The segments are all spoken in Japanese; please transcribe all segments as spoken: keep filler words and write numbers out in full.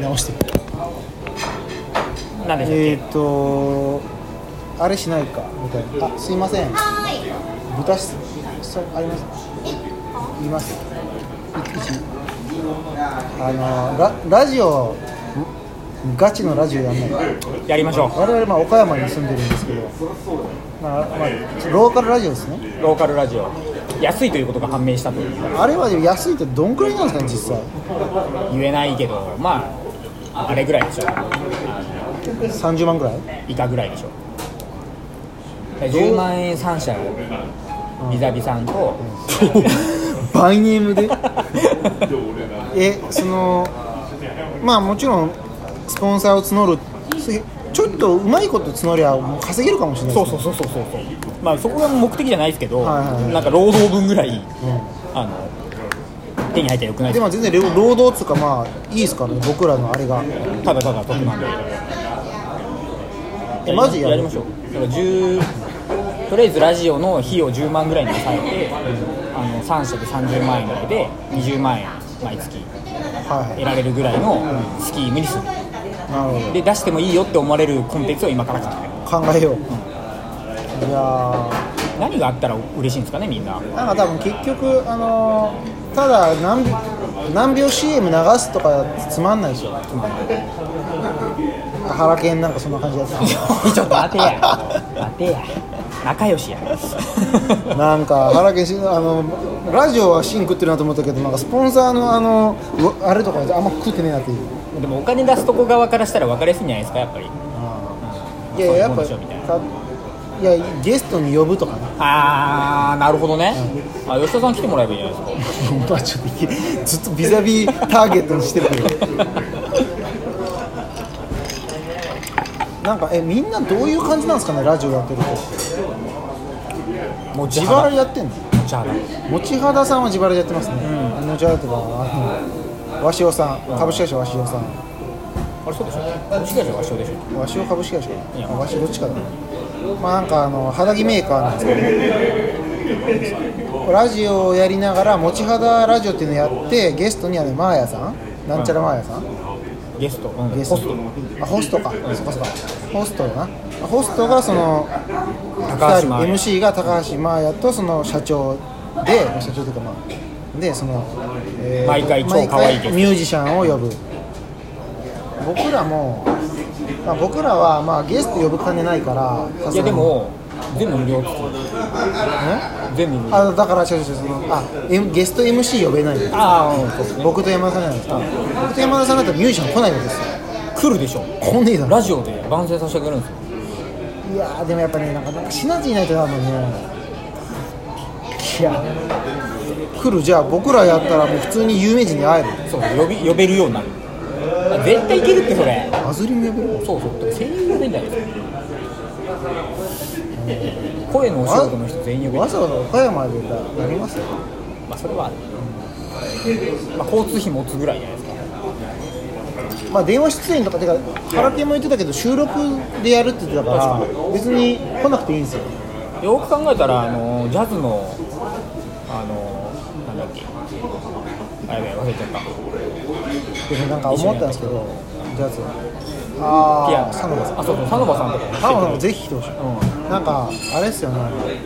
直してる。 何でしたっけ。 えっ、ー、とあれしないかみたいな。あ、すいません。 はい。 豚しそあります。います。いちあの ラ, ラジオガチのラジオやんないか。 やりましょう。 我々まあ岡山に住んでるんですけど、まあまあ、ローカルラジオですね。 ローカルラジオ安いということが判明したという。 あれは安いってどんくらいなんですかね実際。 言えないけど、まああれぐらいでしょ。 さんじゅうまんぐらい以下ぐらいでしょ。じゅうまんえんさん社ビザビさんとバイネームでえそのまあもちろんスポンサーを募る、ちょっとうまいこと募りゃもう稼げるかもしれないですね。 そうそうそうそうそう。まあそこが目的じゃないですけど、 はいはいはい、 なんか労働分ぐらい、うん、あの手に入ったらよくないですか。 でも全然労働っつうかまあいいですからね、僕らのあれがただただ得なんで、 えマジややりましょう。だからじゅうとりあえずラジオの費用じゅうまんぐらいに抑えて、うん、あのさん社でさんじゅうまんえんぐらいでにじゅうまんえん毎月得られるぐらいのスキームにする。 なるほど。 で出してもいいよって思われるコンテンツを今から考えよう、うん、いや何があったら嬉しいんですかねみんな。 なんか多分結局あのー、ただ何, 何秒 シーエム 流すとかつまんないでしょ。ハラケンなんかそんな感じやつちょっと待てや待てや仲良しやなんかハラケンしあのラジオは芯食ってるなと思ったけど、なんかスポンサーのあのあれとかあんま食ってねえなっていう。 でもお金出すとこ側からしたら分かりやすいんじゃないですかやっぱり。 いやいややっぱりいやゲストに呼ぶとかね。 あーなるほどね、うん、あ吉田さん来てもらえばいいじゃないですかまあちょっとずっとビザビターゲットにしてるけどなんかえみんなどういう感じなんですかねラジオやってると。 もう自腹やってんの。 持ち肌持ち肌さんは自腹やってますね、うん、持ち肌とかあのわしおさん、うん、株式会社わしおさん。 あれそうでしょ株式会社わしおでしょ。 わしお株式会社あわしどっちかだね。まあなんかあの肌着メーカーなんですけど、ラジオをやりながら持ち肌ラジオっていうのをやってゲストにはねマーヤさんなんちゃらマーヤさん、うんゲスト、うん、 ゲストホストあホストか、うん、そっかそっかホストだな。ホストがその高橋真綾エムシー が高橋真綾とその社長で社長というかまあでその、 えー、毎回超可愛いゲストミュージシャンを呼ぶ。僕らも、まあ、僕らはまあゲスト呼ぶ金ないから。 いやでも全部無料って言ってね全部無料。 あだから違う違うそのあゲスト エムシー 呼べないんです。 ああ、うん、そうですね。 僕と山田さんじゃないですか。僕と山田さんだったらミュージシャン来ないんですよ。 来るでしょ。 来ねえだろ。 ラジオで番宣させてくれるんですよ。 いやでもやっぱねなんかなんかシナジーいないと多分ね。いや来るじゃあ僕らやったらもう普通に有名人に会える。 そう呼び呼べるようになる。絶対いけるってそれ。 アズリも呼べる。 そうそう。だから声優呼べんじゃないですか。声のお仕事の人全員呼べる。 わざわざ岡山でやりますよ。 まあそれはある。まあ交通費持つぐらいじゃないですか。 まあ電話出演とかてかハラケンも言ってたけど収録でやるって言ってたから別に来なくていいんですよ。 よく考えたらあのジャズのあのなんだっけあやべえ忘れちゃった。 でもなんか思ったんですけどジャズあピアノサノバさんあそうそうサノバさんとかサノバさんもぜひ来てほしい、うん、なんかあれっすよね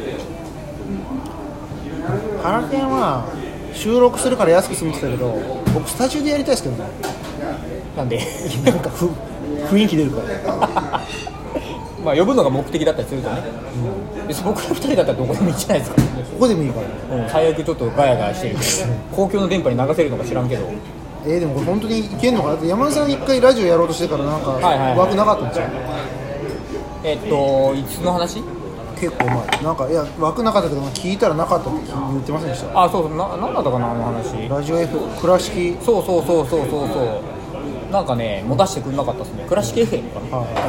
ハラケンは収録するから安く済むって言ってたけど僕スタジオでやりたいですけどね。 なんでなんかふ雰囲気出るからまあ呼ぶのが目的だったりするとね、うん、別に僕らふたりだったらどこでもいいじゃないですか。ここでもいいから、 うん、最悪ちょっとガヤガヤしてるけど公共の電波に流せるのか知らんけどえー、でもこれ本当にいけんのかなって。山田さん一回ラジオやろうとしてからなんか枠なかったんですよ、 えっといつの話。 結構前なんかいや枠なかったけど聞いたらなかったって言ってませんでした。 あそうそうななんだったかなあの話。 ラジオ F 倉敷そうそうそうそうそうそうなんかね持たせてくれなかったですね。倉敷 エフエム かな、はいはい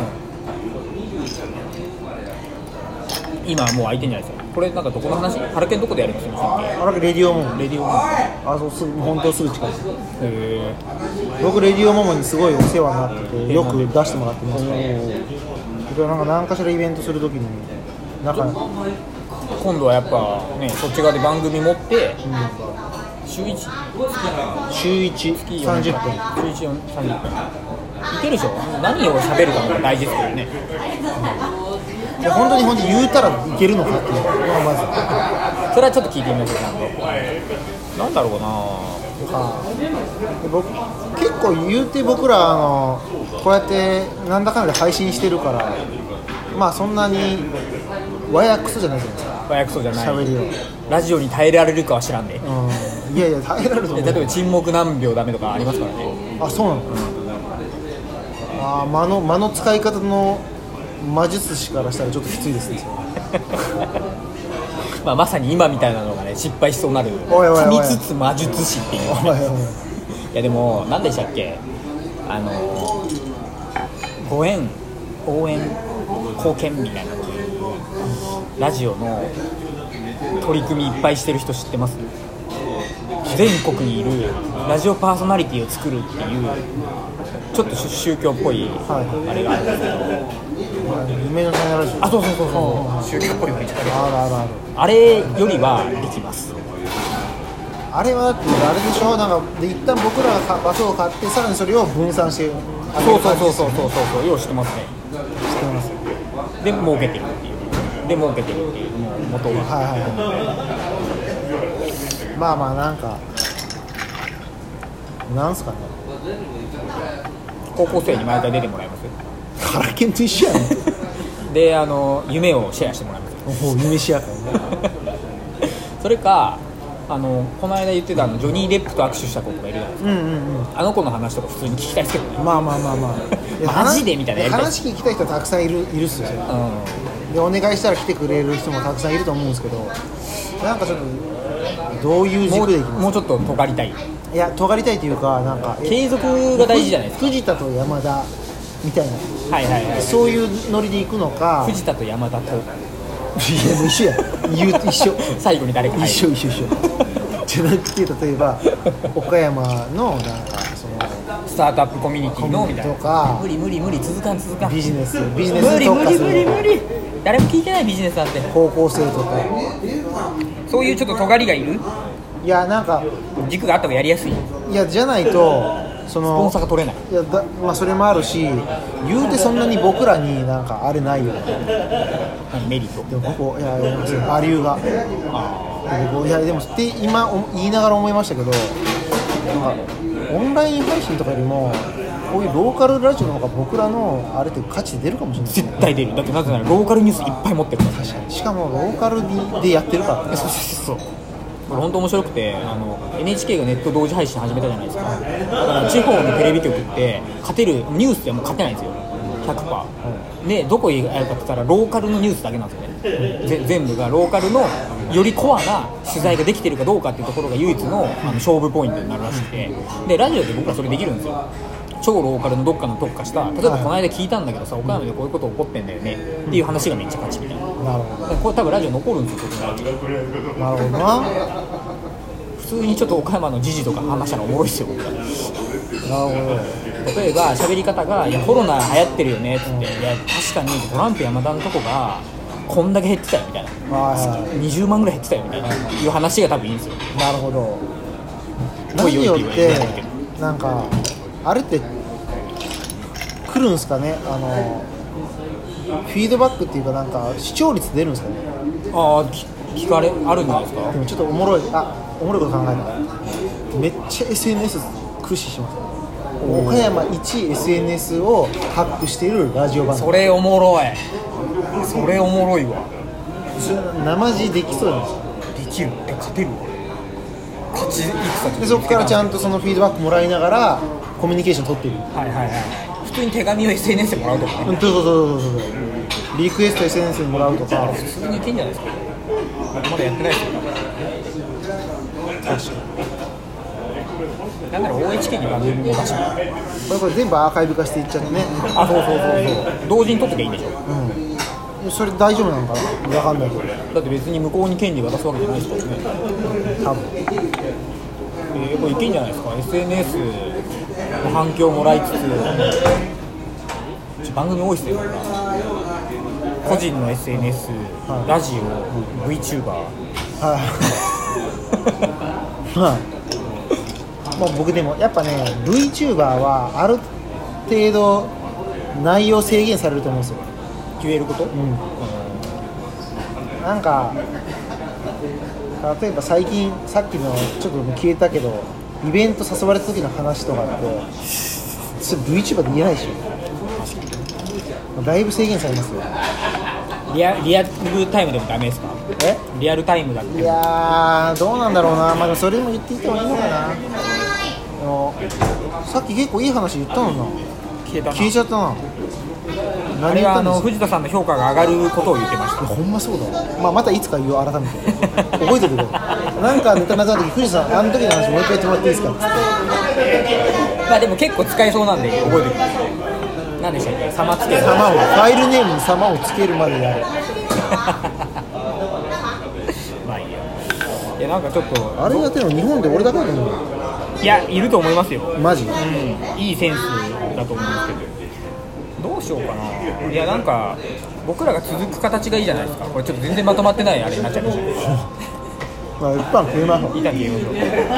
うん、今はもう空いてんじゃないですか。これなんかどこの話。ハラケンどこでやりますよ。 ハラケンレディオモモレディオモモあそうすぐ本当すぐ近いです。 へ僕レディオモモにすごいお世話になっててよく出してもらってますからなんか何かしらイベントするときになんか今度はやっぱねそっち側で番組持って週いち週いちさんじゅっぷん週いちさんじゅっぷんいけるでしょ。何を喋るかも大事ですけどね。 いや本当に本当に言うたらいけるのかっていうのがまずそれはちょっと聞いてみましょう。なんだろうなあ僕結構言うて僕らあのこうやってなんだかんだで配信してるからまあそんなに和やくそじゃないじゃないですか。 和やくそじゃない喋りをラジオに耐えられるかは知らんで、 うん、いやいや耐えられると思う。 例えば沈黙何秒ダメとかありますからね。 あそうなの、うん、あ間の間の使い方の魔術師からしたらちょっときついですねまあ、まさに今みたいなのがね失敗しそうになるおいおいおい噛みつつ魔術師っていう、ね、 おいおいおいいやでも何でしたっけあのご縁応援貢献みたいなラジオの取り組みいっぱいしてる人知ってます？全国にいるラジオパーソナリティを作るっていうちょっと宗教っぽいあれがあるんですけど、 夢の種ラジオ。 あ、そうそうそうそう、宗教っぽいのがいっぱいある。 あるあるある。 あれよりはできます。 あれはだってあれでしょ、なんかで一旦僕らが場所を買ってさらにそれを分散してそうそうそうそうそうそうよう知ってますね。 知ってます。 で儲けてるっていうで儲けてるっていうもう元が、 はいはいはい、まあまあなんかなんすかね、 高校生に毎回出てもらいますよ。 カラケンと一緒やねであの夢をシェアしてもらいますよ。 お夢シェア会ねそれかあのこの間言ってたあのジョニー・デップと握手した子がいるじゃないですか、うんうんうん、あの子の話とか普通に聞きたいですけどね。 まあまあまあまあマジでみたいなやりたい。 話聞きたい人たくさんいるいるっすよ、うん、でお願いしたら来てくれる人もたくさんいると思うんですけど、なんかちょっとどういう軸でいきますか。 もうちょっと尖りたい。 いや尖りたいというかなんか継続が大事じゃないですか。 藤田と山田みたいな、 はいはいはい、 そういうノリでいくのか。 藤田と山田といやもう一緒や言う一緒最後に誰か入る。 一緒一緒一緒じゃなくて例えば岡山のなんかそのスタートアップコミュニティのみたいなとか無理無理無理続かん続かんビジネスビジネスに特化する無理無理無理無理誰も聞いてないビジネスなんて。 高校生とかそういうちょっと尖りがいる。 いやなんか軸があった方がやりやすい。 いやじゃないとそのスポンサーが取れない。 いやだ、まあ、それもあるし言うてそんなに僕らになんかあれないよね。 メリットでもここいやいやバリューがいやでもって今言いながら思いましたけどなんかオンライン配信とかよりもこういうローカルラジオの方が僕らのあれって価値出るかもしれない、ね、 絶対出る。だってなぜならローカルニュースいっぱい持ってるから。 確かにしかもローカルでやってるから、ね、 そうそうそうこれ本当面白くてあの エヌエイチケー がネット同時配信始めたじゃないですか。だから地方のテレビ局って勝てるニュースでも勝てないんですよ ひゃくパーセント、うん、でどこやるかって言ったらローカルのニュースだけなんですよね、うん、ぜ全部がローカルのよりコアな取材ができてるかどうかっていうところが唯一の、あの勝負ポイントになるらしくて、でラジオで僕はそれできるんですよ。超ローカルのどっかの特化した例えばこの間聞いたんだけどさ岡山でこういうこと起こってんだよねっていう話がめっちゃ勝ちみたいな。 なるほど。 これ多分ラジオ残るんですよ。そこになるほどな。 普通にちょっと岡山の時事とか話したらおもろいですよ僕は。なるほど。例えば喋り方がいやコロナ流行ってるよねって言って、うん、いや確かにトランプ山田のとこがこんだけ減ってたよみたいな、はい、にじゅうまんぐらい減ってたよみたいないう話が多分いいんですよ。 なるほど。ラジオってなんかあれって来るんすかね、あのフィードバックっていうかなんか視聴率出るんですかね。 ああ聞かれあるんじゃないですか。 でもちょっとおもろいあおもろいこと考えたらめっちゃ エスエヌエス 駆使します。岡山一 エスエヌエス をハックしているラジオ番組。 それおもろいそれおもろいわ。 それ生地できそうなんですよ。 できるって勝てるわ。勝ち戦でそこからちゃんとそのフィードバックもらいながらコミュニケーション取ってる。 はいはいはい。普通に手紙を エスエヌエス でもらうとかね。 そうそうそうそうそう。リクエスト エスエヌエス でもらうとか。 普通にいけんじゃないですか。まだやってないですよ。 確かに。 なんなら オーエイチケー に番組も出してこれこれ全部アーカイブ化していっちゃってね。 あそうそうそうそう。同時に撮っときゃいいんでしょ。 うん。それ大丈夫なのかな。分かんないけど。 だって別に向こうに権利渡すわけじゃないですからね。 多分。 えー、これいけんじゃないですか。 エスエヌエス の反響もらいつつ番組多いっすよ。個人の エスエヌエス、はい、ラジオ、うん、VTuber はいはいもう僕でもやっぱね VTuber はある程度内容制限されると思うんですよ。 言えること、うん、 なんか例えば最近さっきのちょっと消えたけどイベント誘われた時の話とかってそれ VTuber で言えないでしょ。だいぶ制限されますよ。 リア、リアルタイムでもダメですか？ えリアルタイムだって。 いやーどうなんだろうな。まあでもそれも言っていってもいいのかな。でもさっき結構いい話言ったのな。 消えたな。 消えちゃったな。 あれはあの藤田さんの評価が上がることを言ってました。 ほんまそうだ、まあ、またいつか言おう改めて覚えておいてください。なんかネタなくなった時藤田さんあの時の話もう一回言ってもらっていいですかってまあでも結構使えそうなんで覚えておいてください。何でしたっけ？様つける。 様をファイルネームに様をつけるまでやるまあいいや。いやなんかちょっとあれやってるの日本で俺だけだと思う。 いやいると思いますよ。 マジ、 うん、いいセンスだと思うんですけどどうしようかな。いやなんか僕らが続く形がいいじゃないですか。これちょっと全然まとまってないあれになっちゃいました。 まあ一般消えましょう。 一旦消えましょう。